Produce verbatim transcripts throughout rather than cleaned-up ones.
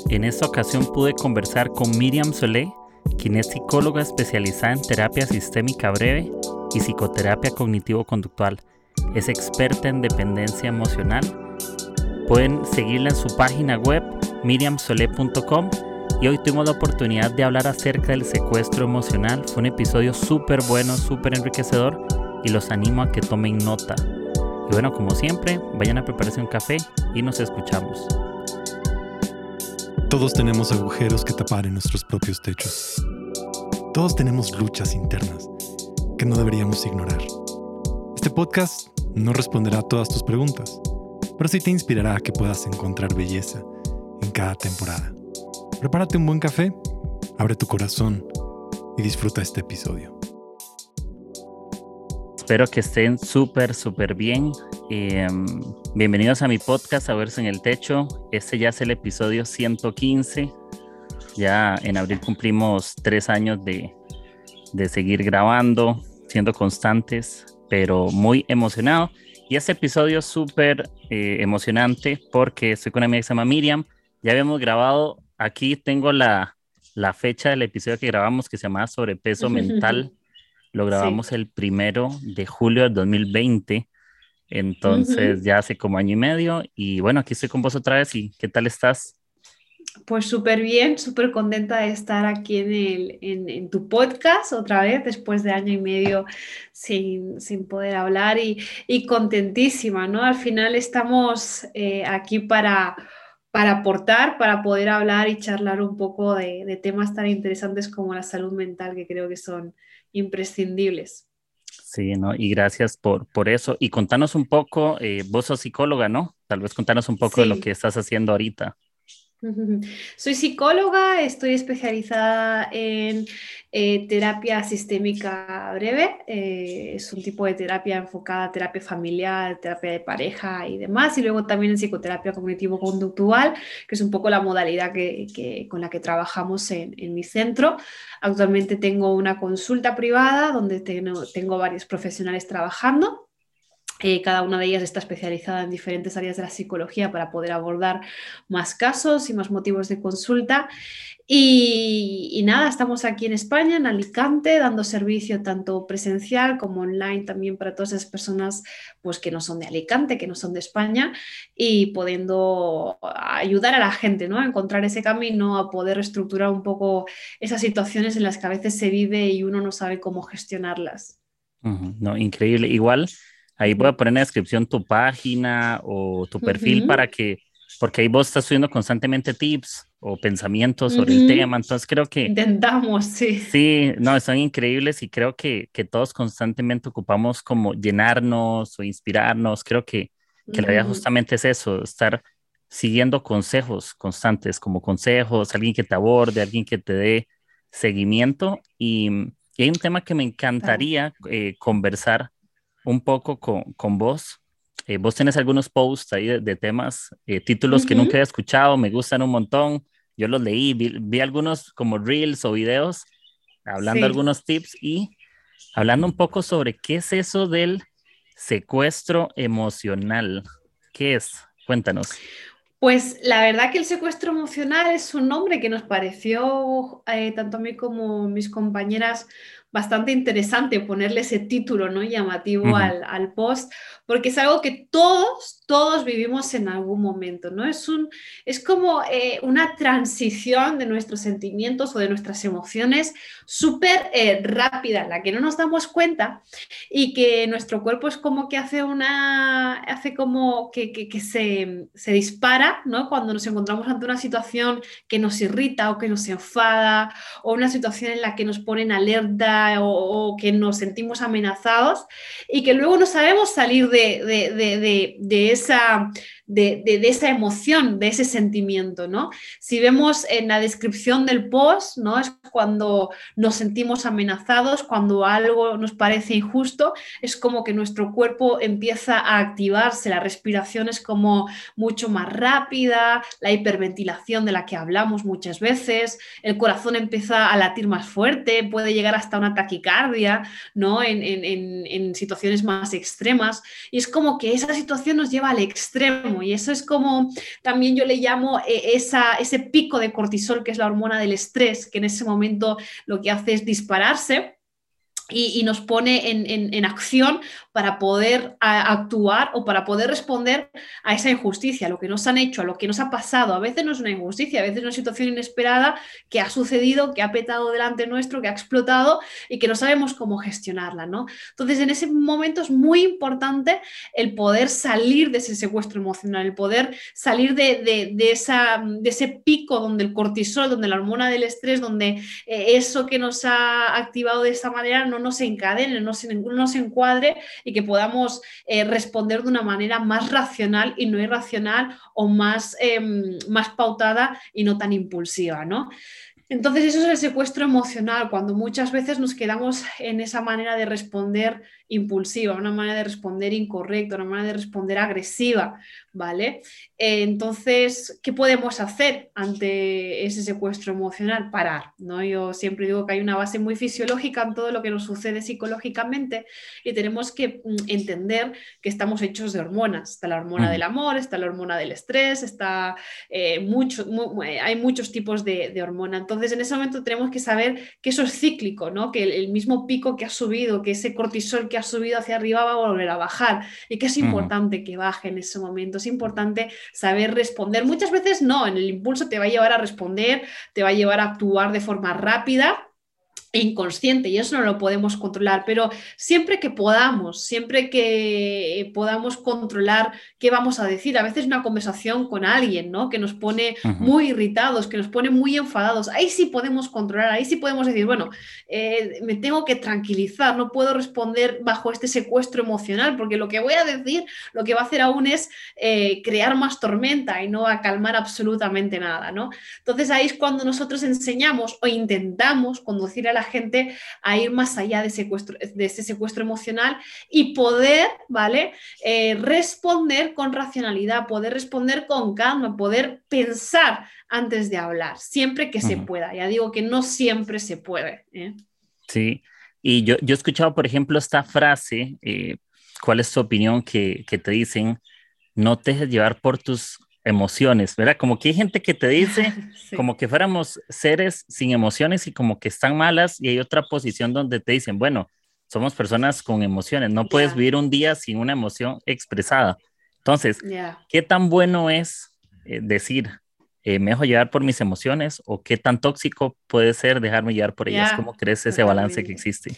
En esta ocasión pude conversar con Miriam Solé, quien es psicóloga especializada en terapia sistémica breve y psicoterapia cognitivo-conductual. Es experta en dependencia emocional. Pueden seguirla en su página web miriam solé punto com y hoy tuvimos la oportunidad de hablar acerca del secuestro emocional. Fue un episodio súper bueno, súper enriquecedor y los animo a que tomen nota. Y bueno, como siempre, vayan a prepararse un café y nos escuchamos. Todos tenemos agujeros que tapar en nuestros propios techos. Todos tenemos luchas internas que no deberíamos ignorar. Este podcast no responderá a todas tus preguntas, pero sí te inspirará a que puedas encontrar belleza en cada temporada. Prepárate un buen café, abre tu corazón y disfruta este episodio. Espero que estén súper, súper bien. Eh, bienvenidos a mi podcast, A Verse en el Techo. Este ya es el episodio ciento quince. Ya en abril cumplimos tres años de, de seguir grabando, siendo constantes, pero muy emocionado. Y este episodio es súper eh, emocionante porque estoy con una amiga que se llama Miriam. Ya habíamos grabado, aquí tengo la, la fecha del episodio que grabamos que se llamaba Sobrepeso Mental. Lo grabamos sí. el primero de julio del dos mil veinte, entonces uh-huh. ya hace como año y medio. Y bueno, aquí estoy con vos otra vez. ¿Y qué tal estás? Pues súper bien, súper contenta de estar aquí en, el, en, en tu podcast otra vez, después de año y medio sin, sin poder hablar y, y contentísima, ¿no? Al final estamos eh, aquí para... para aportar, para poder hablar y charlar un poco de, de temas tan interesantes como la salud mental, que creo que son imprescindibles. Sí, ¿no? Y gracias por, por eso. Y contanos un poco, eh, vos sos psicóloga, ¿no? Tal vez contanos un poco sí. de lo que estás haciendo ahorita. Soy psicóloga, estoy especializada en eh, terapia sistémica breve, eh, es un tipo de terapia enfocada a terapia familiar, terapia de pareja y demás, y luego también en psicoterapia cognitivo-conductual, que es un poco la modalidad que, que, con la que trabajamos en, en mi centro. Actualmente tengo una consulta privada donde tengo, tengo varios profesionales trabajando. Eh, cada una de ellas está especializada en diferentes áreas de la psicología para poder abordar más casos y más motivos de consulta. Y, y nada, estamos aquí en España, en Alicante, dando servicio tanto presencial como online también para todas esas personas pues, que no son de Alicante, que no son de España, y pudiendo ayudar a la gente, ¿no? A encontrar ese camino, a poder reestructurar un poco esas situaciones en las que a veces se vive y uno no sabe cómo gestionarlas. Uh-huh. No, increíble. Igual... Ahí voy a poner en la descripción tu página o tu perfil uh-huh. para que, porque ahí vos estás subiendo constantemente tips o pensamientos uh-huh. sobre el tema, entonces creo que... Intentamos, sí. Sí, no, son increíbles y creo que, que todos constantemente ocupamos como llenarnos o inspirarnos, creo que, que uh-huh. la idea justamente es eso, estar siguiendo consejos constantes, como consejos, alguien que te aborde, alguien que te dé seguimiento y, y hay un tema que me encantaría eh, conversar un poco con, con vos. Eh, vos tenés algunos posts ahí de, de temas, eh, títulos uh-huh. que nunca he escuchado, me gustan un montón. Yo los leí, vi, vi algunos como reels o videos hablando sí. algunos tips y hablando un poco sobre qué es eso del secuestro emocional. ¿Qué es? Cuéntanos. Pues la verdad que el secuestro emocional es un nombre que nos pareció, eh, tanto a mí como a mis compañeras, bastante interesante ponerle ese título, ¿no? llamativo uh-huh. al, al post, porque es algo que todos, todos vivimos en algún momento, ¿no? Es, un, es como eh, una transición de nuestros sentimientos o de nuestras emociones súper eh, rápida, en la que no nos damos cuenta y que nuestro cuerpo es como que hace una, hace como que, que, que se, se dispara, ¿no? Cuando nos encontramos ante una situación que nos irrita o que nos enfada o una situación en la que nos pone en alerta O, o que nos sentimos amenazados y que luego no sabemos salir de, de, de, de, de, esa, de, de, de esa emoción, de ese sentimiento, ¿no? Si vemos en la descripción del post, ¿no? Es cuando nos sentimos amenazados, cuando algo nos parece injusto, es como que nuestro cuerpo empieza a activarse, la respiración es como mucho más rápida, la hiperventilación de la que hablamos muchas veces, el corazón empieza a latir más fuerte, puede llegar hasta una taquicardia, ¿no? En, en, en, en situaciones más extremas. Y es como que esa situación nos lleva al extremo y eso es como, también yo le llamo eh, esa, ese pico de cortisol, que es la hormona del estrés, que en ese momento lo que hace es dispararse. Y, y nos pone en, en, en acción para poder a, actuar o para poder responder a esa injusticia, a lo que nos han hecho, a lo que nos ha pasado. A veces no es una injusticia, a veces es una situación inesperada que ha sucedido, que ha petado delante nuestro, que ha explotado y que no sabemos cómo gestionarla, ¿no? Entonces, en ese momento es muy importante el poder salir de ese secuestro emocional, el poder salir de, de, de, esa, de ese pico donde el cortisol, donde la hormona del estrés, donde eh, eso que nos ha activado de esa manera no no nos encadene, no se, no nos encuadre y que podamos eh, responder de una manera más racional y no irracional o más, eh, más pautada y no tan impulsiva, ¿no? Entonces eso es el secuestro emocional, cuando muchas veces nos quedamos en esa manera de responder impulsiva, una manera de responder incorrecta, una manera de responder agresiva, ¿vale? Eh, entonces, ¿qué podemos hacer ante ese secuestro emocional? Parar, ¿no? Yo siempre digo que hay una base muy fisiológica en todo lo que nos sucede psicológicamente y tenemos que mm, entender que estamos hechos de hormonas. Está la hormona uh-huh. del amor, está la hormona del estrés, está, eh, mucho, mu- hay muchos tipos de, de hormona. Entonces, en ese momento tenemos que saber que eso es cíclico, ¿no? Que el, el mismo pico que ha subido, que ese cortisol que ha subido hacia arriba va a volver a bajar y que es importante uh-huh. que baje en ese momento. Es importante saber responder. Muchas veces no, en el impulso te va a llevar a responder, te va a llevar a actuar de forma rápida e inconsciente y eso no lo podemos controlar, pero siempre que podamos, siempre que podamos controlar qué vamos a decir, a veces una conversación con alguien, ¿no? Que nos pone uh-huh. muy irritados, que nos pone muy enfadados, ahí sí podemos controlar, ahí sí podemos decir, bueno, eh, me tengo que tranquilizar, no puedo responder bajo este secuestro emocional, porque lo que voy a decir, lo que va a hacer aún es eh, crear más tormenta y no va a calmar absolutamente nada, ¿no? Entonces ahí es cuando nosotros enseñamos o intentamos conducir a la gente a ir más allá de, secuestro, de ese secuestro emocional y poder, ¿vale? Eh, responder con racionalidad, poder responder con calma, poder pensar antes de hablar, siempre que uh-huh. se pueda. Ya digo que no siempre se puede, ¿eh? Sí, y yo, yo he escuchado, por ejemplo, esta frase, eh, ¿cuál es tu opinión? Que, que te dicen, no te dejes llevar por tus emociones, ¿verdad? Como que hay gente que te dice sí. como que fuéramos seres sin emociones y como que están malas, y hay otra posición donde te dicen, bueno, somos personas con emociones, no puedes yeah. vivir un día sin una emoción expresada. Entonces, yeah. ¿qué tan bueno es eh, decir, eh, me dejo llevar por mis emociones, o qué tan tóxico puede ser dejarme llevar por ellas? Yeah. ¿Cómo crees ese Totalmente. balance que existe?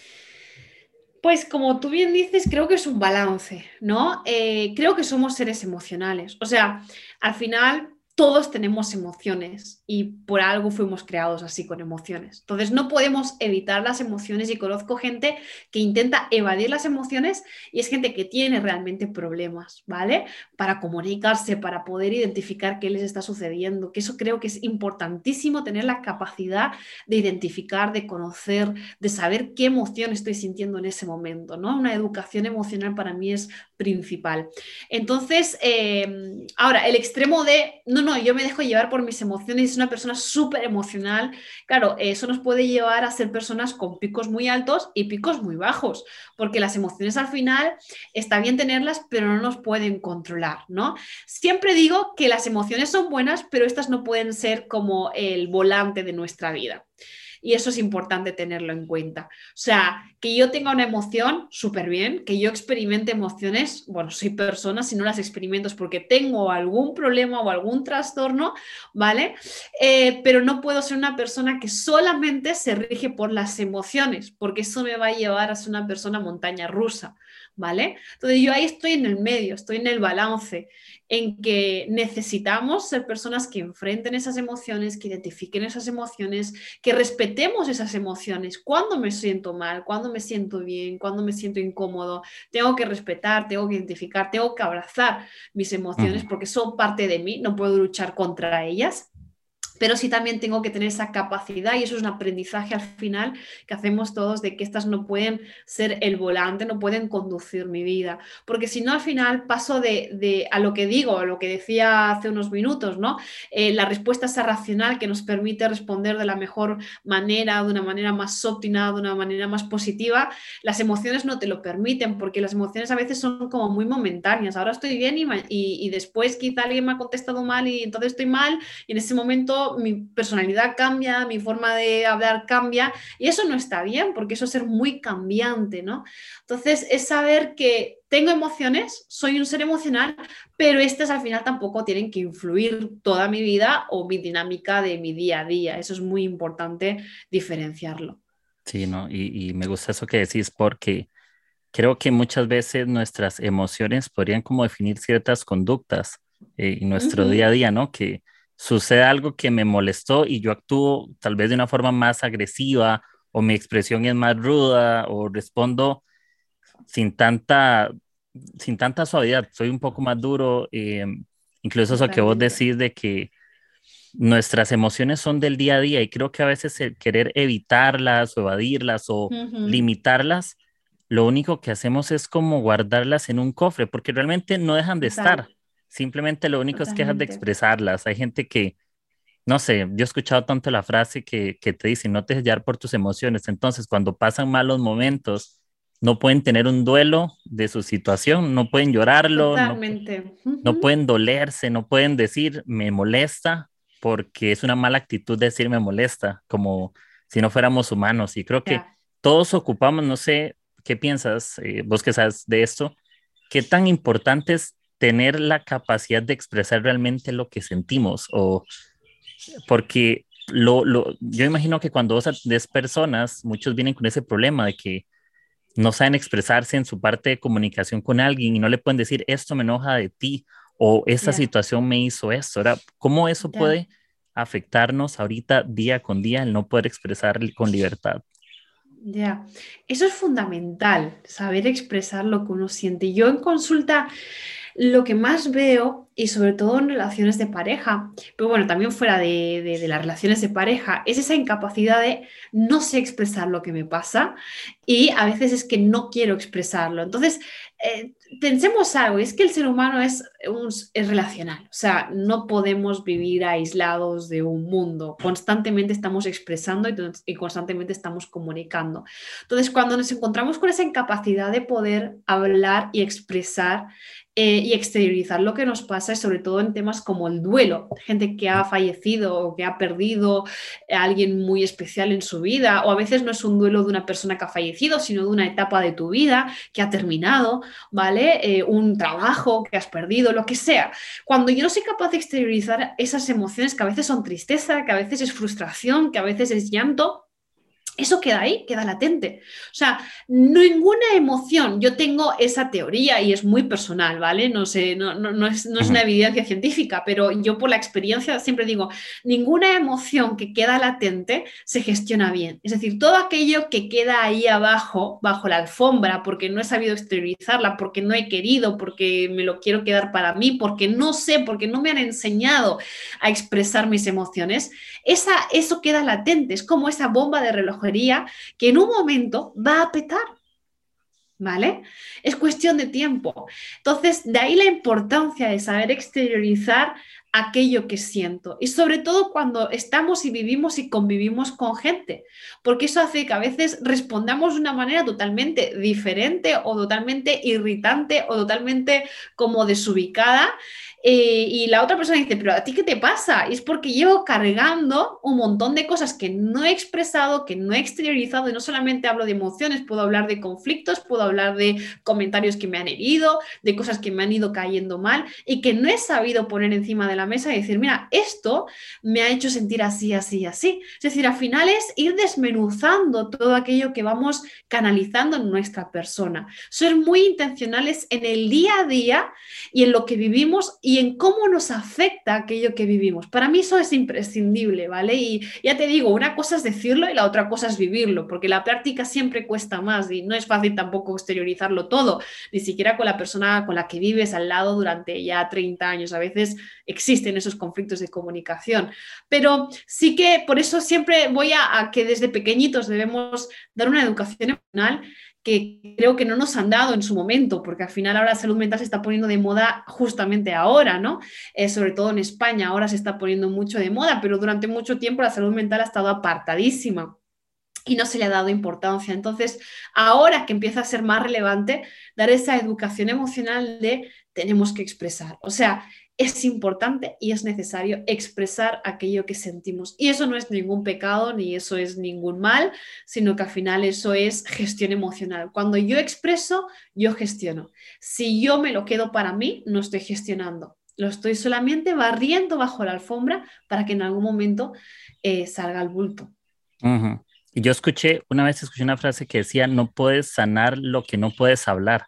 Pues como tú bien dices, creo que es un balance, ¿no? Eh, creo que somos seres emocionales. O sea, al final todos tenemos emociones y por algo fuimos creados así, con emociones. Entonces no podemos evitar las emociones y conozco gente que intenta evadir las emociones y es gente que tiene realmente problemas, ¿vale? Para comunicarse, para poder identificar qué les está sucediendo, que eso creo que es importantísimo, tener la capacidad de identificar, de conocer, de saber qué emoción estoy sintiendo en ese momento, ¿no? Una educación emocional para mí es principal. Entonces, eh, ahora, el extremo de, no, no, yo me dejo llevar por mis emociones, es una persona súper emocional, claro, eso nos puede llevar a ser personas con picos muy altos y picos muy bajos, porque las emociones al final está bien tenerlas, pero no nos pueden controlar, ¿no? Siempre digo que las emociones son buenas, pero estas no pueden ser como el volante de nuestra vida. Y eso es importante tenerlo en cuenta. O sea, que yo tenga una emoción, súper bien, que yo experimente emociones, bueno, soy persona, si no las experimento es porque tengo algún problema o algún trastorno, ¿vale? Eh, pero no puedo ser una persona que solamente se rige por las emociones, porque eso me va a llevar a ser una persona montaña rusa, ¿vale? Entonces yo ahí estoy en el medio, estoy en el balance, en que necesitamos ser personas que enfrenten esas emociones, que identifiquen esas emociones, que respetemos esas emociones. Cuando me siento mal, cuando me siento bien, cuando me siento incómodo, tengo que respetar, tengo que identificar, tengo que abrazar mis emociones porque son parte de mí, no puedo luchar contra ellas. pero sí también tengo que tener esa capacidad, y eso es un aprendizaje al final que hacemos todos, de que estas no pueden ser el volante, no pueden conducir mi vida, porque si no al final paso de, de a lo que digo, a lo que decía hace unos minutos, ¿no? Eh, la respuesta esa racional que nos permite responder de la mejor manera, de una manera más óptima, de una manera más positiva. Las emociones no te lo permiten, porque las emociones a veces son como muy momentáneas. Ahora estoy bien y, y, y después quizá alguien me ha contestado mal y entonces estoy mal, y en ese momento mi personalidad cambia, mi forma de hablar cambia, y eso no está bien, porque eso es ser muy cambiante, ¿no? Entonces es saber que tengo emociones, soy un ser emocional, pero estas al final tampoco tienen que influir toda mi vida o mi dinámica de mi día a día. Eso es muy importante diferenciarlo. Sí, ¿no? Y, y me gusta eso que decís, porque creo que muchas veces nuestras emociones podrían como definir ciertas conductas eh, en nuestro día a Uh-huh. día, ¿no? Que sucede algo que me molestó y yo actúo tal vez de una forma más agresiva, o mi expresión es más ruda, o respondo sin tanta, sin tanta suavidad, soy un poco más duro. Eh, incluso eso que vos Totalmente. decís de que nuestras emociones son del día a día, y creo que a veces el querer evitarlas o evadirlas o Uh-huh. limitarlas, lo único que hacemos es como guardarlas en un cofre, porque realmente no dejan de Total, estar. Simplemente lo único es que dejas de totalmente. expresarlas. Hay gente que, no sé, yo he escuchado tanto la frase que, que te dice: no te dejes llevar por tus emociones. Entonces, cuando pasan malos momentos, no pueden tener un duelo de su situación, no pueden llorarlo, no, Totalmente. no Uh-huh. pueden dolerse, no pueden decir me molesta, porque es una mala actitud decir me molesta, como si no fuéramos humanos. Y creo que Ya. todos ocupamos, no sé qué piensas, eh, vos que sabes de esto, qué tan importante es tener la capacidad de expresar realmente lo que sentimos, o porque lo, lo, yo imagino que cuando vos atendés personas, muchos vienen con ese problema de que no saben expresarse en su parte de comunicación con alguien, y no le pueden decir esto me enoja de ti, o esta Ya, situación me hizo esto. Ahora, ¿cómo eso ya. puede afectarnos ahorita día con día, el no poder expresar con libertad? Ya, eso es fundamental, saber expresar lo que uno siente. Yo en consulta lo que más veo, y sobre todo en relaciones de pareja, pero bueno, también fuera de, de- de las relaciones de pareja, es esa incapacidad de no sé expresar lo que me pasa, y a veces es que no quiero expresarlo. Entonces, eh, pensemos algo, es que el ser humano es, un- es relacional, o sea, no podemos vivir aislados de un mundo, constantemente estamos expresando y, y constantemente estamos comunicando. Entonces, cuando nos encontramos con esa incapacidad de poder hablar y expresar, eh, y exteriorizar lo que nos pasa, y sobre todo en temas como el duelo, gente que ha fallecido o que ha perdido a alguien muy especial en su vida, o a veces no es un duelo de una persona que ha fallecido, sino de una etapa de tu vida que ha terminado, ¿vale? Eh, un trabajo que has perdido, lo que sea. Cuando yo no soy capaz de exteriorizar esas emociones, que a veces son tristeza, que a veces es frustración, que a veces es llanto, eso queda ahí, queda latente. O sea, ninguna emoción, yo tengo esa teoría y es muy personal, ¿vale? No sé, no, no, no, es, no es una Ujú. evidencia científica, pero yo por la experiencia siempre digo, ninguna emoción que queda latente se gestiona bien. Es decir, todo aquello que queda ahí abajo, bajo la alfombra, porque no he sabido exteriorizarla, porque no he querido, porque me lo quiero quedar para mí, porque no sé, porque no me han enseñado a expresar mis emociones, esa, eso queda latente, es como esa bomba de relojería que en un momento va a petar, ¿vale? Es cuestión de tiempo. Entonces, de ahí la importancia de saber exteriorizar aquello que siento, y sobre todo cuando estamos y vivimos y convivimos con gente, porque eso hace que a veces respondamos de una manera totalmente diferente o totalmente irritante o totalmente como desubicada. Eh, y la otra persona dice, pero ¿a ti qué te pasa? Y es porque llevo cargando un montón de cosas que no he expresado, que no he exteriorizado, y no solamente hablo de emociones, puedo hablar de conflictos, puedo hablar de comentarios que me han herido, de cosas que me han ido cayendo mal y que no he sabido poner encima de la mesa y decir, mira, esto me ha hecho sentir así, así, así. Es decir, al final es ir desmenuzando todo aquello que vamos canalizando en nuestra persona. Ser muy intencionales en el día a día y en lo que vivimos y en cómo nos afecta aquello que vivimos. Para mí eso es imprescindible, ¿vale? Y ya te digo, una cosa es decirlo y la otra cosa es vivirlo, porque la práctica siempre cuesta más y no es fácil tampoco exteriorizarlo todo, ni siquiera con la persona con la que vives al lado durante ya treinta años. A veces exige existen esos conflictos de comunicación. Pero sí que por eso siempre voy a, a que desde pequeñitos debemos dar una educación emocional que creo que no nos han dado en su momento, porque al final ahora la salud mental se está poniendo de moda justamente ahora, ¿no? Eh, sobre todo en España ahora se está poniendo mucho de moda, pero durante mucho tiempo la salud mental ha estado apartadísima y no se le ha dado importancia. Entonces, ahora que empieza a ser más relevante, dar esa educación emocional de tenemos que expresar. O sea, es importante y es necesario expresar aquello que sentimos. Y eso no es ningún pecado ni eso es ningún mal, sino que al final eso es gestión emocional. Cuando yo expreso, yo gestiono. Si yo me lo quedo para mí, no estoy gestionando. Lo estoy solamente barriendo bajo la alfombra para que en algún momento eh, salga al bulto. Uh-huh. Y yo escuché, una vez escuché una frase que decía, no puedes sanar lo que no puedes hablar.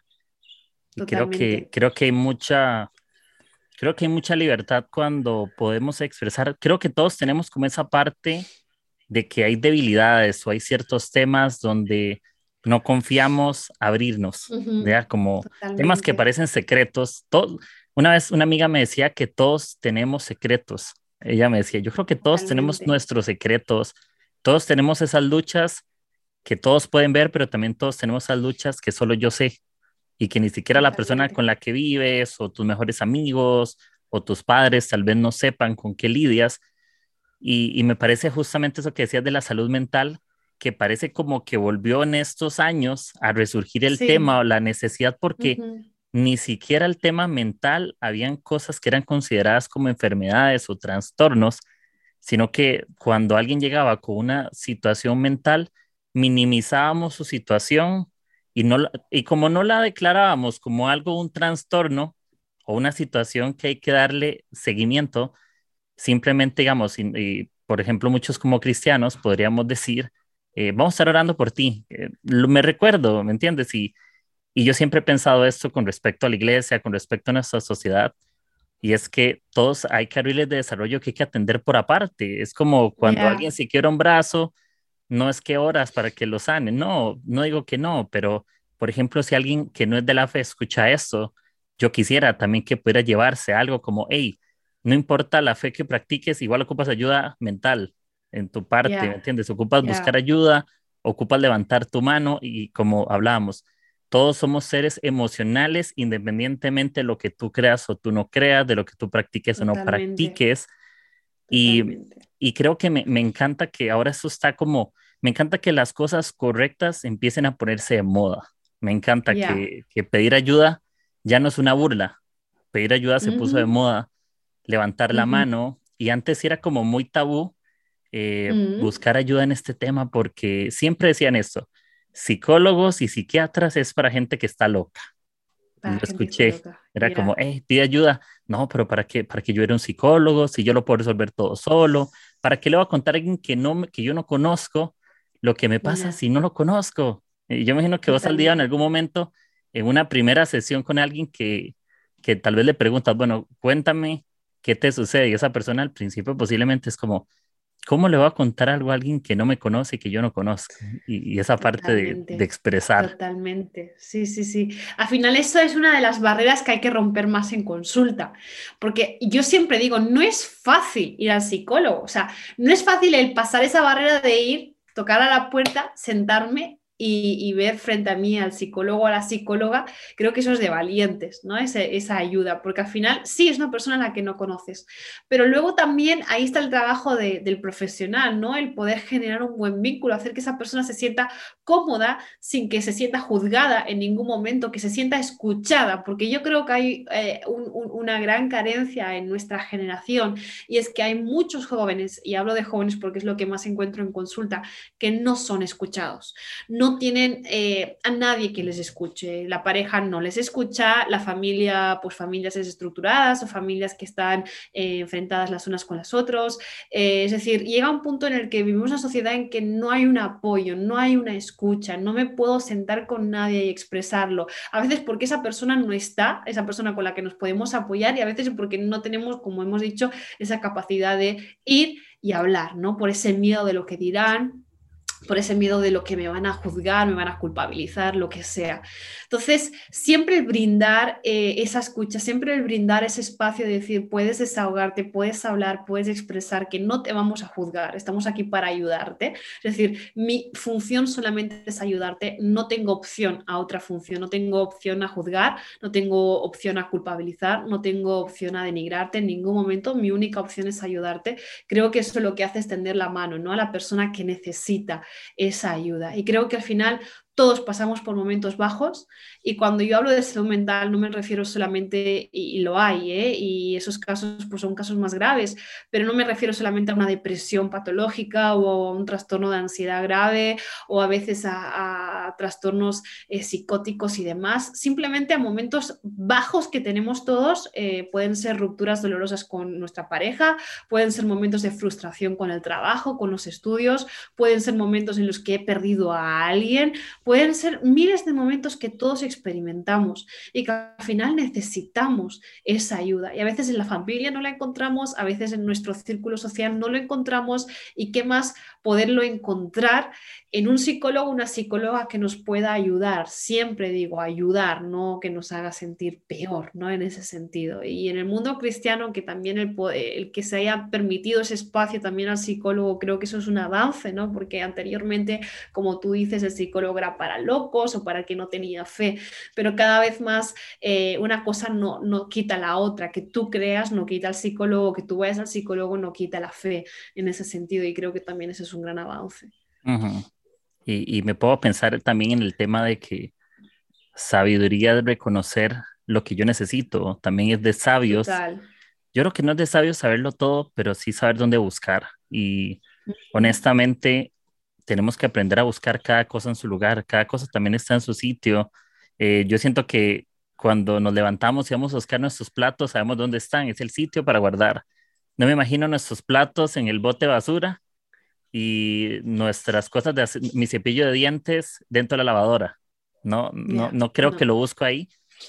Y creo que, creo que hay mucha... Creo que hay mucha libertad cuando podemos expresar. Creo que todos tenemos como esa parte de que hay debilidades o hay ciertos temas donde no confiamos abrirnos, Uh-huh. ¿verdad? Como Totalmente. temas que parecen secretos. Todo, una vez una amiga me decía que todos tenemos secretos. Ella me decía, yo creo que todos Totalmente. tenemos nuestros secretos, todos tenemos esas luchas que todos pueden ver, pero también todos tenemos esas luchas que solo yo sé. Y que ni siquiera la persona con la que vives o tus mejores amigos o tus padres tal vez no sepan con qué lidias. Y, y me parece justamente eso que decías de la salud mental, que parece como que volvió en estos años a resurgir el Sí. tema o la necesidad, porque Uh-huh. ni siquiera el tema mental, habían cosas que eran consideradas como enfermedades o trastornos, sino que cuando alguien llegaba con una situación mental, minimizábamos su situación y, no, y como no la declarábamos como algo, un trastorno o una situación que hay que darle seguimiento, simplemente, digamos, y, y, por ejemplo, muchos como cristianos podríamos decir, eh, vamos a estar orando por ti. Eh, lo, me recuerdo, ¿me entiendes? Y, y yo siempre he pensado esto con respecto a la iglesia, con respecto a nuestra sociedad, y es que todos hay carriles de desarrollo que hay que atender por aparte. Es como cuando Yeah. alguien se quiebra un brazo, no es que horas para que lo sane, no, no digo que no, pero por ejemplo, si alguien que no es de la fe escucha esto, yo quisiera también que pudiera llevarse algo como, hey, no importa la fe que practiques, igual ocupas ayuda mental en tu parte, Yeah. ¿me entiendes? Ocupas Yeah. buscar ayuda, ocupas levantar tu mano y como hablábamos, todos somos seres emocionales independientemente de lo que tú creas o tú no creas, de lo que tú practiques o no Totalmente. practiques. Y, Totalmente. y creo que me, me encanta que ahora eso está como, me encanta que las cosas correctas empiecen a ponerse de moda. Me encanta Yeah. que, que pedir ayuda ya no es una burla. Pedir ayuda se puso de Uh-huh. moda, levantar la Uh-huh. mano, y antes era como muy tabú eh, Uh-huh. buscar ayuda en este tema porque siempre decían esto, psicólogos y psiquiatras es para gente que está loca. Para Lo gente que está escuché, loca. era como, Yeah. hey, pide ayuda. No, pero ¿para qué? ¿Para que yo era un psicólogo? Si yo lo puedo resolver todo solo. ¿Para qué le voy a contar a alguien que, no, me- que yo no conozco lo que me pasa Yeah. si no lo conozco? Y yo me imagino que vos al día en Totalmente. algún momento, en una primera sesión con alguien que, que tal vez le preguntas, bueno, cuéntame qué te sucede. Y esa persona al principio posiblemente es como, ¿cómo le voy a contar algo a alguien que no me conoce y que yo no conozco? Y, y esa parte de, de Totalmente. expresar. Totalmente. Sí, sí, sí. Al final, eso es una de las barreras que hay que romper más en consulta. Porque yo siempre digo, no es fácil ir al psicólogo. O sea, no es fácil el pasar esa barrera de ir, tocar a la puerta, sentarme y, y ver frente a mí al psicólogo o a la psicóloga. Creo que eso es de valientes, ¿no? Ese, esa ayuda. Porque al final, sí, es una persona a la que no conoces. Pero luego también ahí está el trabajo de, del profesional, ¿no? El poder generar un buen vínculo, hacer que esa persona se sienta cómoda sin que se sienta juzgada en ningún momento, que se sienta escuchada, porque yo creo que hay eh, un, un, una gran carencia en nuestra generación y es que hay muchos jóvenes, y hablo de jóvenes porque es lo que más encuentro en consulta, que no son escuchados, no tienen eh, a nadie que les escuche, la pareja no les escucha, la familia, pues familias desestructuradas o familias que están eh, enfrentadas las unas con las otras, eh, es decir, llega un punto en el que vivimos una sociedad en que no hay un apoyo, no hay una escucha, no me puedo sentar con nadie y expresarlo, a veces porque esa persona no está, esa persona con la que nos podemos apoyar y a veces porque no tenemos, como hemos dicho, esa capacidad de ir y hablar, ¿no? Por ese miedo de lo que dirán. por ese miedo de lo que me van a juzgar, me van a culpabilizar, lo que sea. Entonces, siempre el brindar eh, esa escucha, siempre el brindar ese espacio de decir, puedes desahogarte, puedes hablar, puedes expresar, que no te vamos a juzgar, estamos aquí para ayudarte. Es decir, mi función solamente es ayudarte, no tengo opción a otra función, no tengo opción a juzgar, no tengo opción a culpabilizar, no tengo opción a denigrarte en ningún momento, mi única opción es ayudarte. Creo que eso lo que hace es tender la mano, ¿no?, a la persona que necesita esa ayuda. Y creo que al final todos pasamos por momentos bajos, y cuando yo hablo de salud mental no me refiero solamente, y, y lo hay, ¿eh? Y esos casos pues son casos más graves, pero no me refiero solamente a una depresión patológica o a un trastorno de ansiedad grave o a veces a, a trastornos eh, psicóticos y demás, simplemente a momentos bajos que tenemos todos. Eh, pueden ser rupturas dolorosas con nuestra pareja, pueden ser momentos de frustración con el trabajo, con los estudios, pueden ser momentos en los que he perdido a alguien, pueden ser miles de momentos que todos experimentamos y que al final necesitamos esa ayuda. Y a veces en la familia no la encontramos, a veces en nuestro círculo social no lo encontramos, y qué más poderlo encontrar en un psicólogo o una psicóloga que nos pueda ayudar. Siempre digo ayudar, no que nos haga sentir peor, ¿no?, en ese sentido. Y en el mundo cristiano, que también el, el que se haya permitido ese espacio también al psicólogo, creo que eso es un avance, ¿no?, porque anteriormente, como tú dices, el psicólogo era para locos o para el que no tenía fe, pero cada vez más eh, una cosa no, no quita la otra. Que tú creas no quita al psicólogo, que tú vayas al psicólogo no quita la fe en ese sentido, y creo que también ese es un gran avance. Uh-huh. y, y me puedo pensar también en el tema de que sabiduría de reconocer lo que yo necesito, también es de sabios. Total. Yo creo que no es de sabios saberlo todo, pero sí saber dónde buscar. Y honestamente, tenemos que aprender a buscar cada cosa en su lugar, cada cosa también está en su sitio. Eh, yo siento que cuando nos levantamos y vamos a buscar nuestros platos, sabemos dónde están, es el sitio para guardar. No me imagino nuestros platos en el bote de basura y nuestras cosas de hacer- mi cepillo de dientes dentro de la lavadora. No, no, Yeah, no creo que no. lo busco ahí.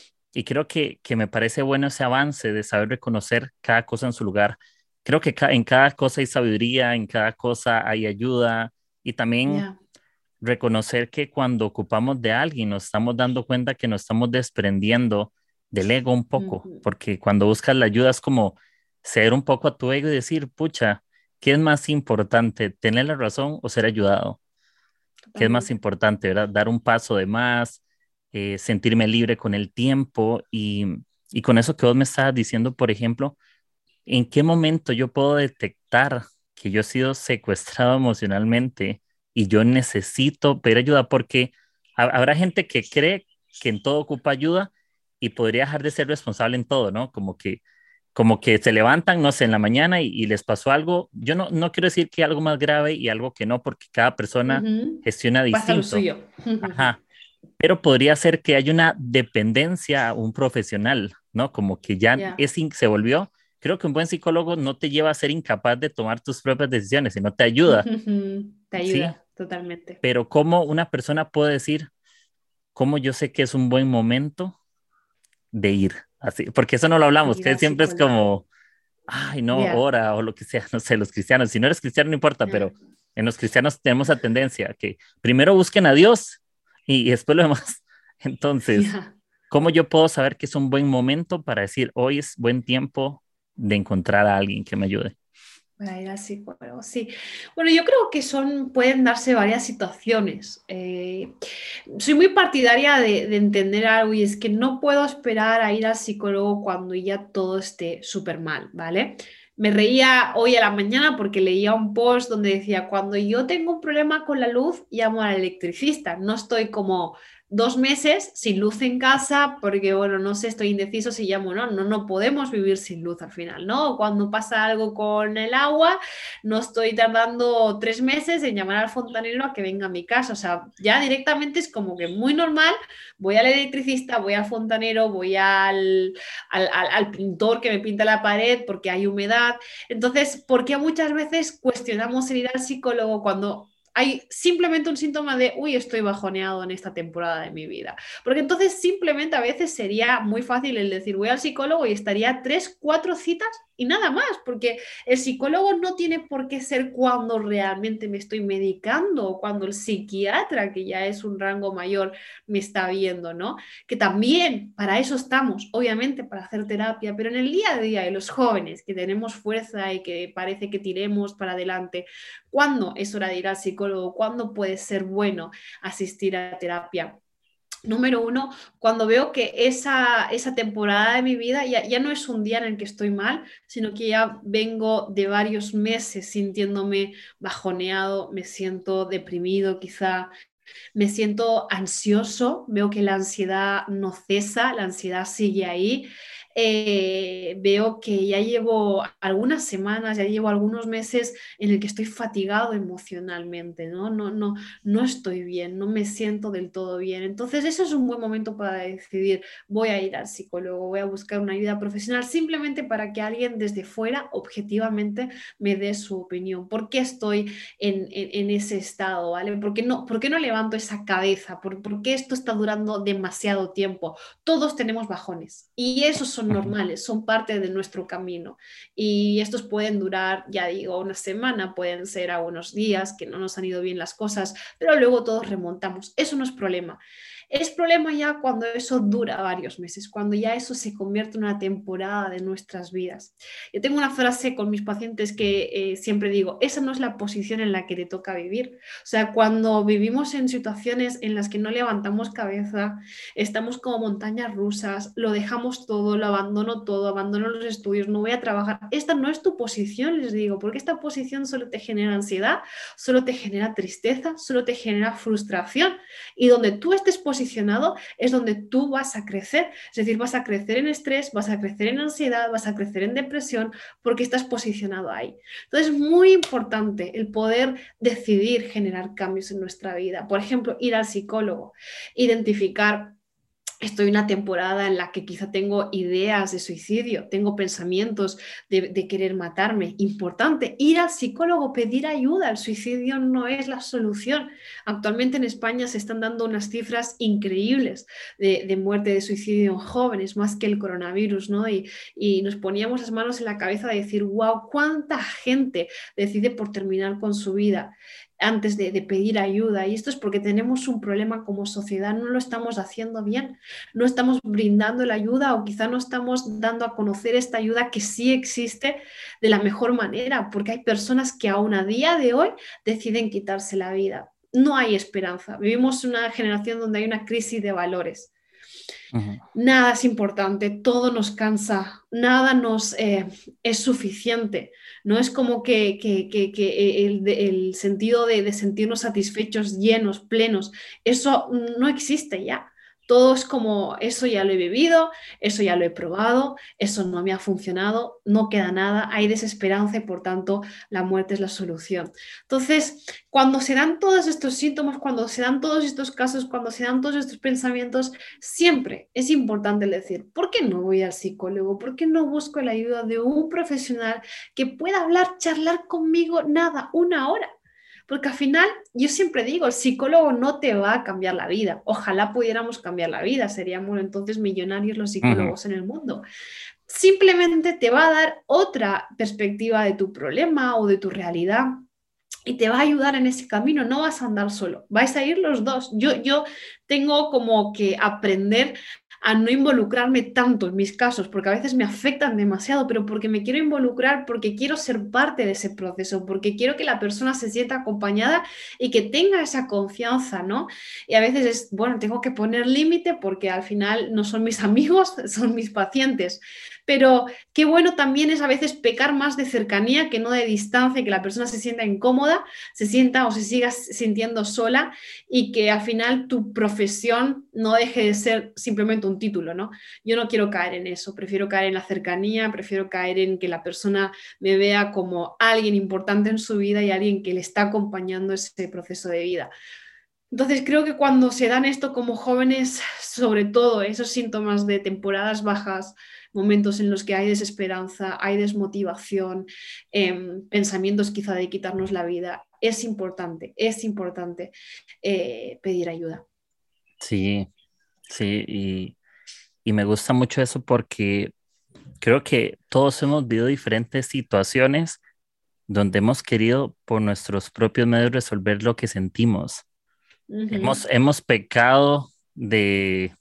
Y creo que, que me parece bueno ese avance de saber reconocer cada cosa en su lugar. Creo que ca- en cada cosa hay sabiduría, en cada cosa hay ayuda, y también Yeah. reconocer que cuando ocupamos de alguien nos estamos dando cuenta que nos estamos desprendiendo del ego un poco, Ujú. porque cuando buscas la ayuda es como ceder un poco a tu ego y decir, pucha, ¿qué es más importante, tener la razón o ser ayudado? ¿Qué es más Totalmente. importante, verdad? Dar un paso de más, eh, sentirme libre con el tiempo, y, y con eso que vos me estabas diciendo, por ejemplo, ¿en qué momento yo puedo detectar que yo he sido secuestrado emocionalmente y yo necesito pedir ayuda? Porque ha- habrá gente que cree que en todo ocupa ayuda y podría dejar de ser responsable en todo, ¿no? Como que, como que se levantan, no sé, en la mañana y, y les pasó algo. Yo no, no quiero decir que algo más grave y algo que no, porque cada persona Ujú. gestiona Pasa lo distinto. suyo. Ajá, pero podría ser que haya una dependencia a un profesional, ¿no? Como que ya Ya. es, in- se volvió. Creo que un buen psicólogo no te lleva a ser incapaz de tomar tus propias decisiones, sino te ayuda, Te ¿sí? ayuda totalmente. Pero ¿cómo una persona puede decir, cómo yo sé que es un buen momento de ir? Así, porque eso no lo hablamos, Ir que al siempre es psicólogo. como, ay, no, Ya. ora o lo que sea, no sé, los cristianos. Si no eres cristiano, no importa, Ya. pero en los cristianos tenemos la tendencia a que primero busquen a Dios y, y después lo demás. Entonces, Ya. ¿cómo yo puedo saber que es un buen momento para decir, hoy es buen tiempo de encontrar a alguien que me ayude? Para ir al psicólogo, sí. Bueno, yo creo que son, pueden darse varias situaciones. Eh, soy muy partidaria de, de entender algo, y es que no puedo esperar a ir al psicólogo cuando ya todo esté súper mal, ¿vale? Me reía hoy a la mañana porque leía un post donde decía, cuando yo tengo un problema con la luz, llamo al electricista. No estoy como dos meses sin luz en casa porque, bueno, no sé, estoy indeciso si llamo o no. No, no podemos vivir sin luz al final, ¿no? Cuando pasa algo con el agua, no estoy tardando tres meses en llamar al fontanero a que venga a mi casa. O sea, ya directamente es como que muy normal. Voy al electricista, voy al fontanero, voy al, al, al, al pintor que me pinta la pared porque hay humedad. Entonces, ¿por qué muchas veces cuestionamos el ir al psicólogo cuando hay simplemente un síntoma de, uy, estoy bajoneado en esta temporada de mi vida. Porque entonces simplemente a veces sería muy fácil el decir, voy al psicólogo y estaría tres, cuatro citas y nada más, porque el psicólogo no tiene por qué ser cuando realmente me estoy medicando o cuando el psiquiatra, que ya es un rango mayor, me está viendo, ¿no? Que también para eso estamos, obviamente, para hacer terapia, pero en el día a día de los jóvenes que tenemos fuerza y que parece que tiremos para adelante, ¿cuándo es hora de ir al psicólogo? ¿Cuándo puede ser bueno asistir a terapia? Número uno, cuando veo que esa, esa temporada de mi vida ya, ya no es un día en el que estoy mal, sino que ya vengo de varios meses sintiéndome bajoneado, me siento deprimido quizá, me siento ansioso, veo que la ansiedad no cesa, la ansiedad sigue ahí. Eh, veo que ya llevo algunas semanas, ya llevo algunos meses en el que estoy fatigado emocionalmente, ¿no? No, no, no estoy bien, no me siento del todo bien. Entonces, eso es un buen momento para decidir, voy a ir al psicólogo, voy a buscar una ayuda profesional, simplemente para que alguien desde fuera, objetivamente, me dé su opinión. ¿Por qué estoy en, en, en ese estado? ¿Vale? ¿Por qué no, por qué no levanto esa cabeza? ¿Por, por qué esto está durando demasiado tiempo? Todos tenemos bajones y esos son normales, son parte de nuestro camino y estos pueden durar, ya digo, una semana, pueden ser a unos días que no nos han ido bien las cosas, pero luego todos remontamos. Eso no es problema. Es problema ya cuando eso dura varios meses, cuando ya eso se convierte en una temporada de nuestras vidas. Yo tengo una frase con mis pacientes que eh, siempre digo, esa no es la posición en la que te toca vivir. O sea, cuando vivimos en situaciones en las que no levantamos cabeza, estamos como montañas rusas, lo dejamos todo, lo abandono todo, abandono los estudios, no voy a trabajar. Esta no es tu posición, les digo, porque esta posición solo te genera ansiedad, solo te genera tristeza, solo te genera frustración. Y donde tú estés posicionado es donde tú vas a crecer. Es decir, vas a crecer en estrés, vas a crecer en ansiedad, vas a crecer en depresión, porque estás posicionado ahí. Entonces es muy importante el poder decidir generar cambios en nuestra vida. Por ejemplo, ir al psicólogo, identificar, estoy en una temporada en la que quizá tengo ideas de suicidio, tengo pensamientos de, de querer matarme. Importante, ir al psicólogo, pedir ayuda. El suicidio no es la solución. Actualmente en España se están dando unas cifras increíbles de, de muerte, de suicidio en jóvenes, más que el coronavirus, ¿no? Y, y nos poníamos las manos en la cabeza de decir, wow, cuánta gente decide por terminar con su vida antes de, de pedir ayuda. Y esto es porque tenemos un problema como sociedad, no lo estamos haciendo bien, no estamos brindando la ayuda o quizá no estamos dando a conocer esta ayuda que sí existe de la mejor manera, porque hay personas que aún a día de hoy deciden quitarse la vida. No hay esperanza. Vivimos una generación donde hay una crisis de valores. Uh-huh. Nada es importante, todo nos cansa, nada nos eh, es suficiente. No es como que, que, que, que el, el sentido de, de sentirnos satisfechos, llenos, plenos, eso no existe ya. Todo es como, eso ya lo he vivido, eso ya lo he probado, eso no me ha funcionado, no queda nada, hay desesperanza y por tanto la muerte es la solución. Entonces, cuando se dan todos estos síntomas, cuando se dan todos estos casos, cuando se dan todos estos pensamientos, siempre es importante decir, ¿por qué no voy al psicólogo? ¿Por qué no busco la ayuda de un profesional que pueda hablar, charlar conmigo, nada, una hora? Porque al final, yo siempre digo, el psicólogo no te va a cambiar la vida. Ojalá pudiéramos cambiar la vida, seríamos entonces millonarios los psicólogos uh-huh. en el mundo. Simplemente te va a dar otra perspectiva de tu problema o de tu realidad y te va a ayudar en ese camino. No vas a andar solo, vais a ir los dos. Yo, yo tengo como que aprender a no involucrarme tanto en mis casos, porque a veces me afectan demasiado, pero porque me quiero involucrar, porque quiero ser parte de ese proceso, porque quiero que la persona se sienta acompañada y que tenga esa confianza, ¿no? Y a veces es, bueno, tengo que poner límite porque al final no son mis amigos, son mis pacientes. Pero qué bueno también es a veces pecar más de cercanía que no de distancia, que la persona se sienta incómoda, se sienta o se siga sintiendo sola y que al final tu profesión no deje de ser simplemente un título, ¿no? Yo no quiero caer en eso, prefiero caer en la cercanía, prefiero caer en que la persona me vea como alguien importante en su vida y alguien que le está acompañando ese proceso de vida. Entonces creo que cuando se dan esto como jóvenes, sobre todo esos síntomas de temporadas bajas, momentos en los que hay desesperanza, hay desmotivación, eh, pensamientos quizá de quitarnos la vida, es importante, es importante eh, pedir ayuda. Sí, sí, y, y me gusta mucho eso porque creo que todos hemos vivido diferentes situaciones donde hemos querido por nuestros propios medios resolver lo que sentimos. Uh-huh. Hemos, hemos pecado de,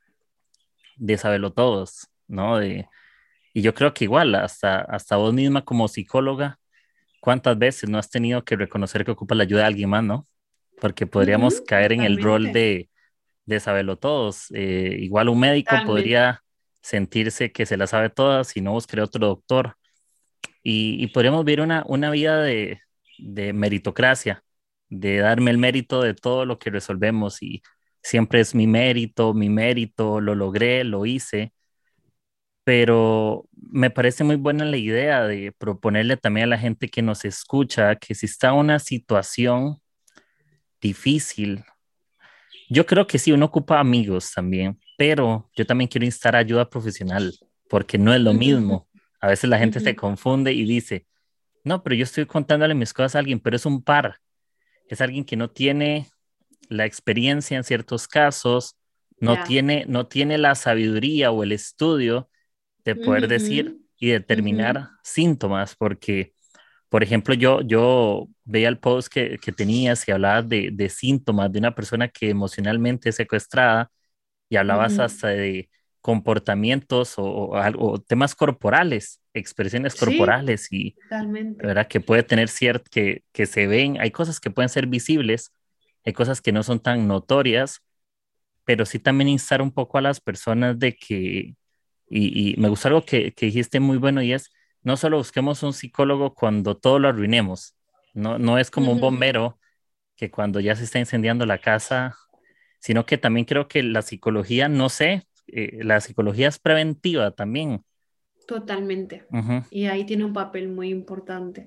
de saberlo todos, ¿no? De, y yo creo que igual, hasta, hasta vos misma como psicóloga, ¿cuántas veces no has tenido que reconocer que ocupas la ayuda de alguien más, ¿no? Porque podríamos Uh-huh. caer en el rol Totalmente, de, de saberlo todos. Eh, igual un médico totalmente. podría sentirse que se la sabe todas y no buscar otro doctor. Y, y podríamos vivir una, una vida de, de meritocracia, de darme el mérito de todo lo que resolvemos y siempre es mi mérito, mi mérito, lo logré, lo hice, pero me parece muy buena la idea de proponerle también a la gente que nos escucha que si está en una situación difícil, yo creo que sí, uno ocupa amigos también, pero yo también quiero instar ayuda profesional, porque no es lo Uh-huh. mismo. A veces la gente se Uh-huh. confunde y dice, no, pero yo estoy contándole mis cosas a alguien, pero es un par, es alguien que no tiene la experiencia en ciertos casos, no Ya. tiene, no tiene la sabiduría o el estudio de poder decir Uh-huh. y Uh-huh. determinar síntomas, porque, por ejemplo, yo, yo veía el post que, que tenías y hablabas de, de síntomas de una persona que emocionalmente es secuestrada y hablabas Uh-huh. hasta de comportamientos o, o algo- o temas corporales, expresiones Sí, corporales y, totalmente. ¿verdad? Que puede tener cierto, que, que se ven, hay cosas que pueden ser visibles, hay cosas que no son tan notorias, pero sí también instar un poco a las personas de que, y, y me gusta algo que, que dijiste muy bueno y es, no solo busquemos un psicólogo cuando todo lo arruinemos, no, no es como un Uh-huh. bombero que cuando ya se está incendiando la casa, sino que también creo que la psicología, no sé, eh, la psicología es preventiva también. Totalmente. Ujú. Y ahí tiene un papel muy importante,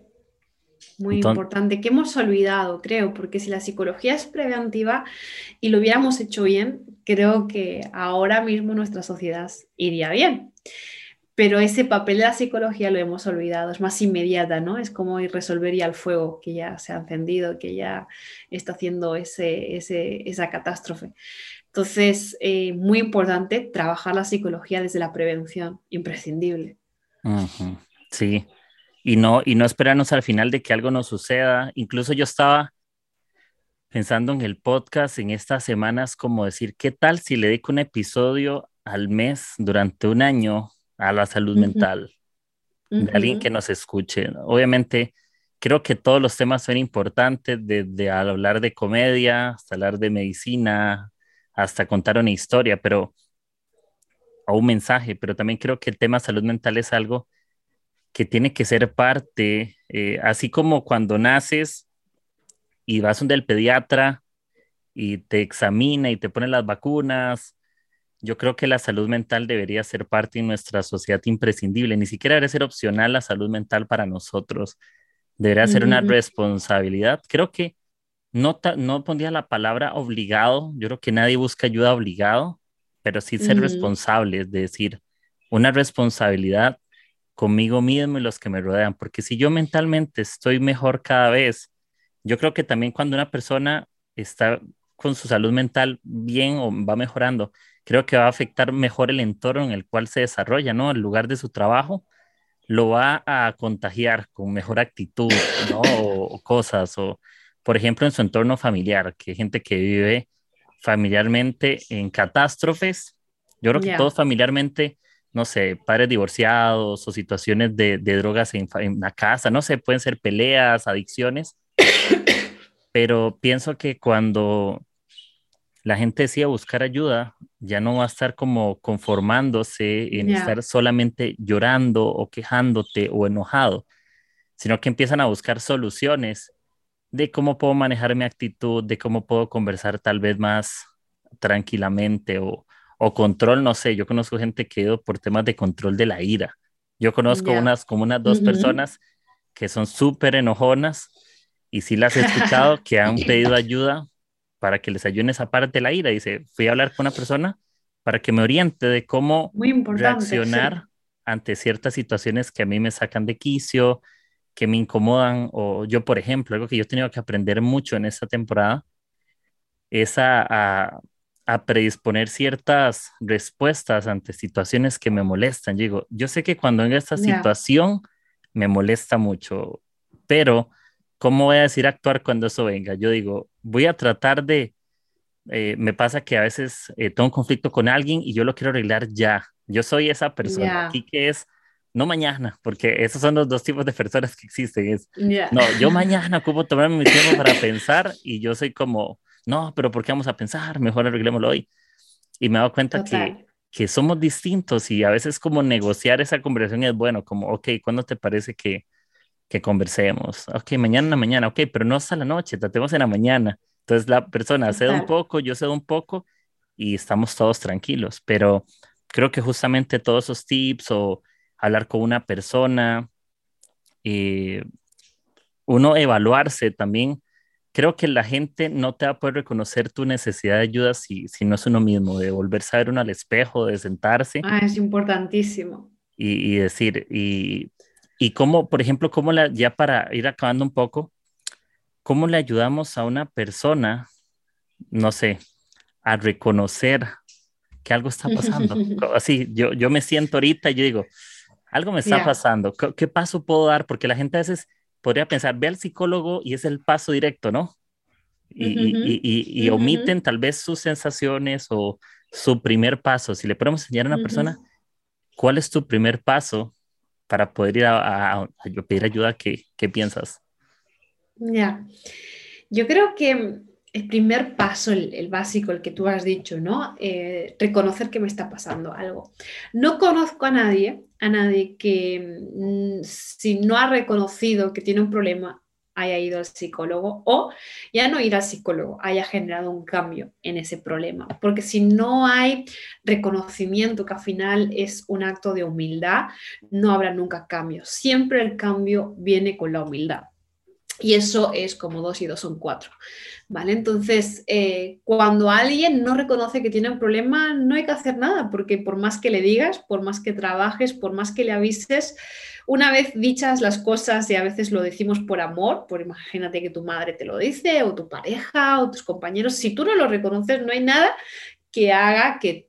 muy Entonces, importante, que hemos olvidado, creo, porque si la psicología es preventiva y lo hubiéramos hecho bien, creo que ahora mismo nuestra sociedad iría bien. Pero ese papel de la psicología lo hemos olvidado, es más inmediata, ¿no? Es como ir resolver ya el fuego que ya se ha encendido, que ya está haciendo ese, ese, esa catástrofe. Entonces, eh, muy importante trabajar la psicología desde la prevención, imprescindible. ujú, sí, y no, y no esperarnos al final de que algo nos suceda. Incluso yo estaba pensando en el podcast en estas semanas, como decir, ¿qué tal si le dedico un episodio al mes durante un año a la salud Ujú, mental de alguien que ujú. nos escuche? Obviamente, creo que todos los temas son importantes, desde hablar de comedia hasta hablar de medicina, hasta contar una historia, pero o un mensaje, pero también creo que el tema salud mental es algo que tiene que ser parte, eh, así como cuando naces y vas donde el pediatra y te examina y te pone las vacunas. Yo creo que la salud mental debería ser parte de nuestra sociedad imprescindible. Ni siquiera debe ser opcional la salud mental para nosotros. Debería ser una Ujú, responsabilidad. Creo que no, ta- no pondría la palabra obligado. Yo creo que nadie busca ayuda obligado, pero sí ser ujú. responsable, es decir, una responsabilidad conmigo mismo y los que me rodean. Porque si yo mentalmente estoy mejor cada vez, yo creo que también cuando una persona está con su salud mental bien o va mejorando, creo que va a afectar mejor el entorno en el cual se desarrolla, ¿no? El lugar de su trabajo lo va a contagiar con mejor actitud, ¿no? O, o cosas, o por ejemplo en su entorno familiar, que hay gente que vive familiarmente en catástrofes. Yo creo que todos Ya. familiarmente, no sé, padres divorciados o situaciones de, de drogas en, fa- en la casa, no sé, pueden ser peleas, adicciones, pero pienso que cuando la gente decide buscar ayuda, ya no va a estar como conformándose en estar Ya. solamente llorando o quejándote o enojado, sino que empiezan a buscar soluciones de cómo puedo manejar mi actitud, de cómo puedo conversar tal vez más tranquilamente o, o control, no sé, yo conozco gente que ha ido por temas de control de la ira. Yo conozco Ya. unas como unas dos Ujú. personas que son súper enojonas y sí las he escuchado que han pedido ayuda para que les ayude en esa parte de la ira. Dice, fui a hablar con una persona para que me oriente de cómo Muy importante, reaccionar sí. ante ciertas situaciones que a mí me sacan de quicio, que me incomodan, o yo, por ejemplo, algo que yo he tenido que aprender mucho en esta temporada es a, a, a predisponer ciertas respuestas ante situaciones que me molestan. Yo digo, yo sé que cuando venga esta Ya, situación me molesta mucho, pero ¿cómo voy a decir actuar cuando eso venga? Yo digo, voy a tratar de, eh, me pasa que a veces eh, tengo un conflicto con alguien y yo lo quiero arreglar ya. Yo soy esa persona ya, aquí que es, no mañana, porque esos son los dos tipos de personas que existen. Es, ya. no, yo mañana ocupo tomarme mi tiempo para pensar y yo soy como, no, pero ¿por qué vamos a pensar? Mejor arreglémoslo hoy. Y me he dado cuenta que, Total, que somos distintos y a veces como negociar esa conversación es bueno, como, ok, ¿cuándo te parece que, que conversemos? Ok, mañana en la mañana, ok, pero no hasta la noche, tratemos en la mañana. Entonces la persona cede un total. poco, yo cedo un poco y estamos todos tranquilos, pero creo que justamente todos esos tips o hablar con una persona, eh, uno evaluarse también. Creo que la gente no te va a poder reconocer tu necesidad de ayuda si, si no es uno mismo, de volverse a ver uno al espejo, de sentarse Ah, es importantísimo. y, y decir, y, y cómo, por ejemplo, cómo la, ya para ir acabando un poco, cómo le ayudamos a una persona, no sé, a reconocer que algo está pasando. Co- Así, yo, yo me siento ahorita y yo digo, algo me está Ya. pasando, ¿qué, qué paso puedo dar? Porque la gente a veces podría pensar, ve al psicólogo y es el paso directo, ¿no? y, y, Ujujú, y, y ujujú, omiten tal vez sus sensaciones o su primer paso. Si le podemos enseñar a una persona, ujú. ¿cuál es tu primer paso para poder ir a, a- a pedir ayuda? ¿Qué, qué piensas? Ya. Yo creo que el primer paso, el, el básico, el que tú has dicho, ¿no? Eh, reconocer que me está pasando algo. No conozco a nadie, a nadie que mm, si no ha reconocido que tiene un problema, haya ido al psicólogo o ya no ir al psicólogo, haya generado un cambio en ese problema. Porque si no hay reconocimiento, que al final es un acto de humildad, no habrá nunca cambio. Siempre el cambio viene con la humildad. Y eso es como dos y dos son cuatro, ¿vale? Entonces, eh, cuando alguien no reconoce que tiene un problema, no hay que hacer nada, porque por más que le digas, por más que trabajes, por más que le avises, una vez dichas las cosas, y a veces lo decimos por amor, por imagínate que tu madre te lo dice, o tu pareja, o tus compañeros, si tú no lo reconoces, no hay nada que haga que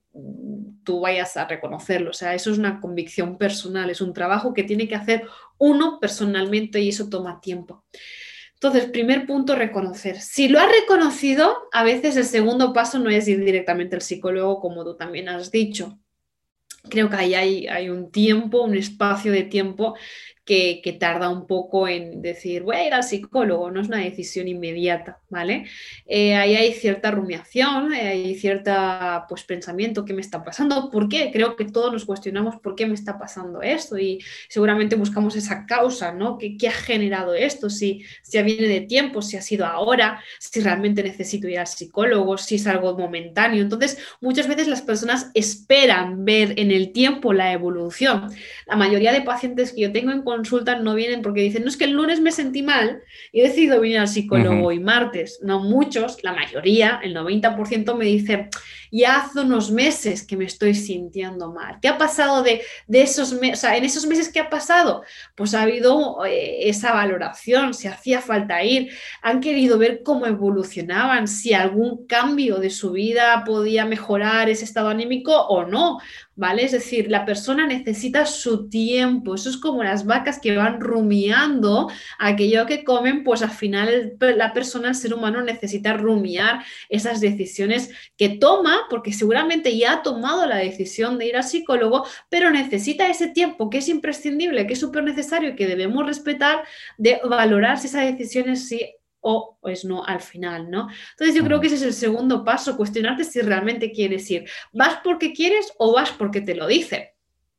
tú vayas a reconocerlo. O sea, eso es una convicción personal, es un trabajo que tiene que hacer uno personalmente y eso toma tiempo. Entonces, primer punto, reconocer. Si lo has reconocido, a veces el segundo paso no es ir directamente al psicólogo, como tú también has dicho. Creo que ahí hay, hay un tiempo, un espacio de tiempo que, que tarda un poco en decir, voy a ir al psicólogo, no es una decisión inmediata, ¿vale? Eh, ahí hay cierta rumiación, eh, hay cierta, pues, pensamiento, ¿qué me está pasando? ¿Por qué? Creo que todos nos cuestionamos por qué me está pasando esto y seguramente buscamos esa causa, ¿no? ¿Qué, qué ha generado esto? Si, si viene de tiempo, si ha sido ahora, si realmente necesito ir al psicólogo, si es algo momentáneo. Entonces, muchas veces las personas esperan ver en el tiempo la evolución. La mayoría de pacientes que yo tengo en consulta no vienen porque dicen, no, es que el lunes me sentí mal y he decidido venir al psicólogo Ujú. hoy martes. No, muchos, la mayoría, el noventa por ciento me dice, ya hace unos meses que me estoy sintiendo mal. ¿Qué ha pasado de, de esos meses? O sea, en esos meses, ¿qué ha pasado? Pues ha habido eh, esa valoración, si hacía falta ir, han querido ver cómo evolucionaban, si algún cambio de su vida podía mejorar ese estado anímico o no, ¿vale? Es decir, la persona necesita su tiempo, eso es como las vacas que van rumiando aquello que comen, pues al final el, la persona, el ser humano necesita rumiar esas decisiones que toma, porque seguramente ya ha tomado la decisión de ir al psicólogo, pero necesita ese tiempo que es imprescindible, que es súper necesario y que debemos respetar, de valorar si esa decisión es sí o pues no al final, ¿no? Entonces yo creo Ujú. que ese es el segundo paso, cuestionarte si realmente quieres ir. ¿Vas porque quieres o vas porque te lo dicen?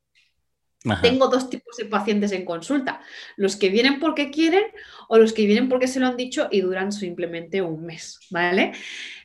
Ajá. Tengo dos tipos de pacientes en consulta, los que vienen porque quieren o los que vienen porque se lo han dicho y duran simplemente un mes, ¿vale?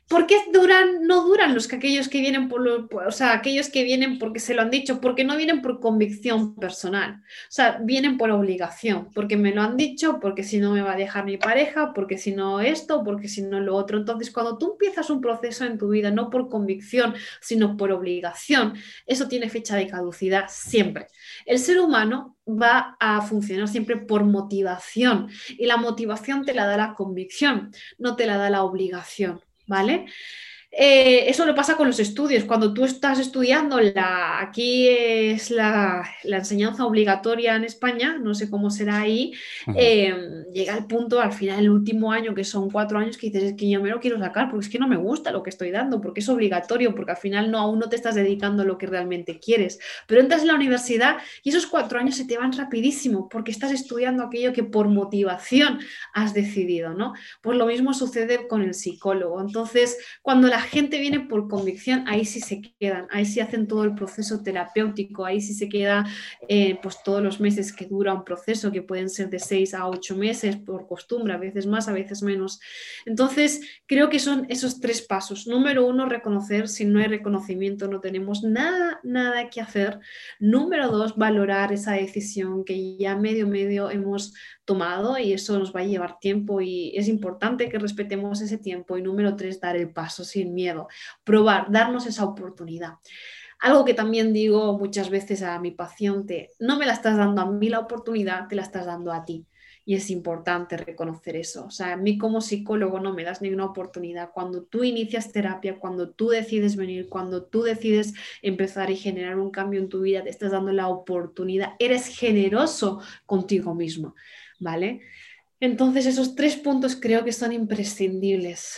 ¿Por qué duran, no duran los que aquellos que vienen por lo, o sea, aquellos que vienen porque se lo han dicho? Porque no vienen por convicción personal, o sea, vienen por obligación, porque me lo han dicho, porque si no me va a dejar mi pareja, porque si no esto, porque si no lo otro. Entonces, cuando tú empiezas un proceso en tu vida, no por convicción, sino por obligación, eso tiene fecha de caducidad siempre. El ser humano va a funcionar siempre por motivación y la motivación te la da la convicción, no te la da la obligación. ¿Vale? Eh, eso lo pasa con los estudios. Cuando tú estás estudiando, la, aquí es la, la enseñanza obligatoria en España, no sé cómo será ahí, Uh-huh. eh, llega el punto al final, el último año, que son cuatro años, que dices, es que yo me lo quiero sacar porque es que no me gusta lo que estoy dando, porque es obligatorio, porque al final no, aún no te estás dedicando a lo que realmente quieres. Pero entras en la universidad y esos cuatro años se te van rapidísimo porque estás estudiando aquello que por motivación has decidido, ¿no? Pues lo mismo sucede con el psicólogo. Entonces, cuando la gente viene por convicción, ahí sí se quedan, ahí sí hacen todo el proceso terapéutico, ahí sí se queda eh, pues todos los meses que dura un proceso, que pueden ser de seis a ocho meses por costumbre, a veces más, a veces menos. Entonces, creo que son esos tres pasos. Número uno, reconocer. Si no hay reconocimiento, no tenemos nada, nada que hacer. Número dos, valorar esa decisión que ya medio, medio hemos tomado, y eso nos va a llevar tiempo y es importante que respetemos ese tiempo. Y número tres, dar el paso sin miedo, probar, darnos esa oportunidad. Algo que también digo muchas veces a mi paciente: no me la estás dando a mí la oportunidad, te la estás dando a ti. Y es importante reconocer eso. O sea, a mí como psicólogo no me das ninguna oportunidad. Cuando tú inicias terapia, cuando tú decides venir, cuando tú decides empezar y generar un cambio en tu vida, te estás dando la oportunidad. Eres generoso contigo mismo, ¿vale? Entonces esos tres puntos creo que son imprescindibles.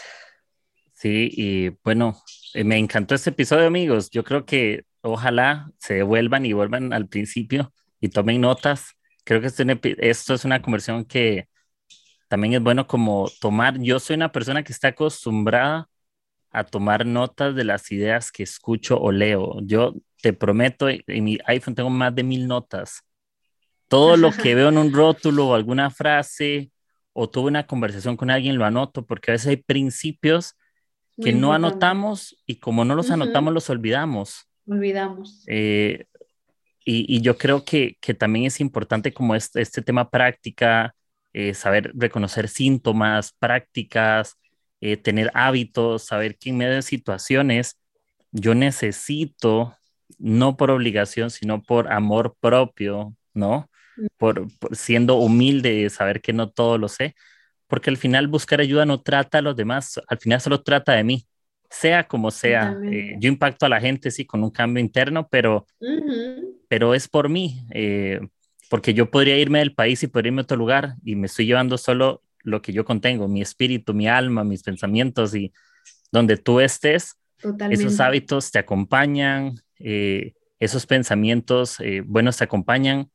Sí, y bueno, eh, me encantó este episodio, amigos. Yo creo que ojalá se devuelvan y vuelvan al principio y tomen notas. Creo que este es un epi- esto es una conversión que también es bueno como tomar. Yo soy una persona que está acostumbrada a tomar notas de las ideas que escucho o leo. Yo te prometo, en mi iPhone tengo más de mil notas. Todo lo que veo en un rótulo o alguna frase o tuve una conversación con alguien lo anoto, porque a veces hay principios Muy que no importante. anotamos y como no los anotamos Uh-huh. los olvidamos. Olvidamos. Eh, y, y yo creo que, que también es importante como este, este tema práctica, eh, saber reconocer síntomas, prácticas, eh, tener hábitos, saber que en medio de situaciones yo necesito, no por obligación, sino por amor propio, ¿no? Por, por siendo humilde, saber que no todo lo sé, porque al final buscar ayuda no trata a los demás, al final solo trata de mí, sea como sea. Eh, Totalmente. yo impacto a la gente, sí, con un cambio interno, pero, Uh-huh. pero es por mí, eh, porque yo podría irme del país y podría irme a otro lugar y me estoy llevando solo lo que yo contengo, mi espíritu, mi alma, mis pensamientos, y donde tú estés, esos Totalmente. hábitos te acompañan, eh, esos pensamientos eh, buenos te acompañan.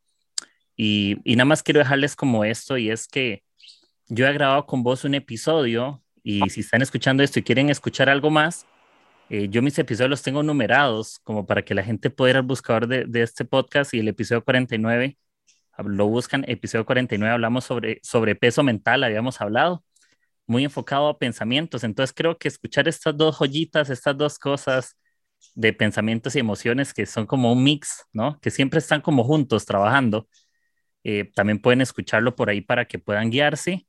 Y, y nada más quiero dejarles como esto, y es que yo he grabado con vos un episodio, y si están escuchando esto y quieren escuchar algo más, eh, yo mis episodios los tengo numerados como para que la gente pueda ir al buscador de, de este podcast, y el episodio cuarenta y nueve lo buscan, episodio cuarenta y nueve, hablamos sobre, sobre peso mental, habíamos hablado, muy enfocado a pensamientos. Entonces creo que escuchar estas dos joyitas, estas dos cosas de pensamientos y emociones que son como un mix, ¿no? Que siempre están como juntos trabajando, eh, también pueden escucharlo por ahí para que puedan guiarse.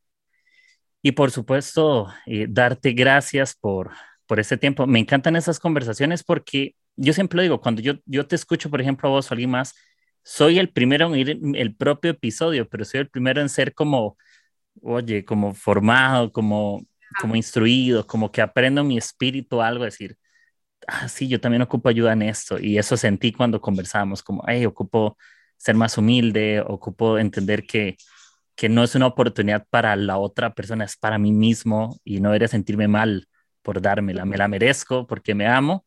Y por supuesto, eh, darte gracias por, por este tiempo. Me encantan esas conversaciones porque yo siempre lo digo, cuando yo, yo te escucho, por ejemplo, a vos o a alguien más, soy el primero en oír el propio episodio, pero soy el primero en ser como, oye, como formado, como, como instruido, como que aprendo en mi espíritu algo, decir, ah, sí, yo también ocupo ayuda en esto. Y eso sentí cuando conversamos, como, hey, ocupo ser más humilde, ocupo entender que que no es una oportunidad para la otra persona, es para mí mismo, y no debería sentirme mal por dármela, me la merezco porque me amo.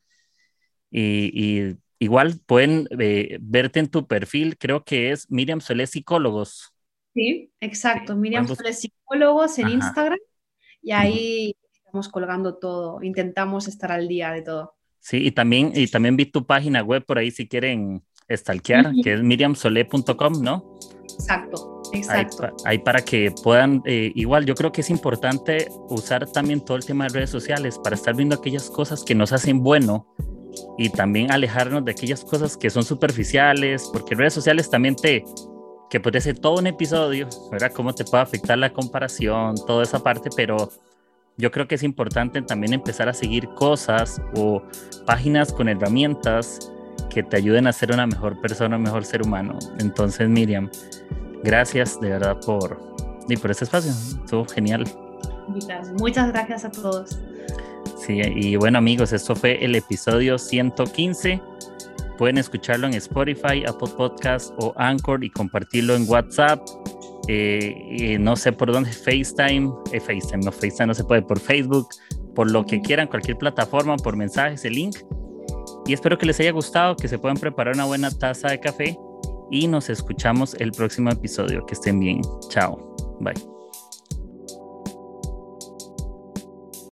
Y, y igual pueden eh, verte en tu perfil, creo que es Miriam Solé Psicólogos. Sí, exacto. Sí, pueden Miriam buscar. Soles Psicólogos en Ajá. Instagram, y Ujú. ahí estamos colgando todo. Intentamos estar al día de todo. Sí, y también, y también vi tu página web por ahí si quieren stalkear, que Ujú. es miriam solé punto com, ¿no? Exacto, Exacto. Hay, hay para que puedan, eh, igual yo creo que es importante usar también todo el tema de redes sociales para estar viendo aquellas cosas que nos hacen bueno y también alejarnos de aquellas cosas que son superficiales, porque redes sociales también te, que puede ser todo un episodio, ¿verdad? Cómo te puede afectar la comparación, toda esa parte, pero yo creo que es importante también empezar a seguir cosas o páginas con herramientas que te ayuden a ser una mejor persona, un mejor ser humano. Entonces, Miriam, gracias de verdad por, y por este espacio, estuvo genial. Muchas gracias a todos. Sí, y bueno amigos, esto fue el episodio ciento quince. Pueden escucharlo en Spotify, Apple Podcasts o Anchor y compartirlo en WhatsApp. Eh, eh, no sé por dónde, FaceTime, eh, FaceTime, no FaceTime, no se puede, por Facebook, por lo que quieran, cualquier plataforma, por mensajes, el link. Y espero que les haya gustado, que se puedan preparar una buena taza de café y nos escuchamos el próximo episodio. Que estén bien. Chao. Bye.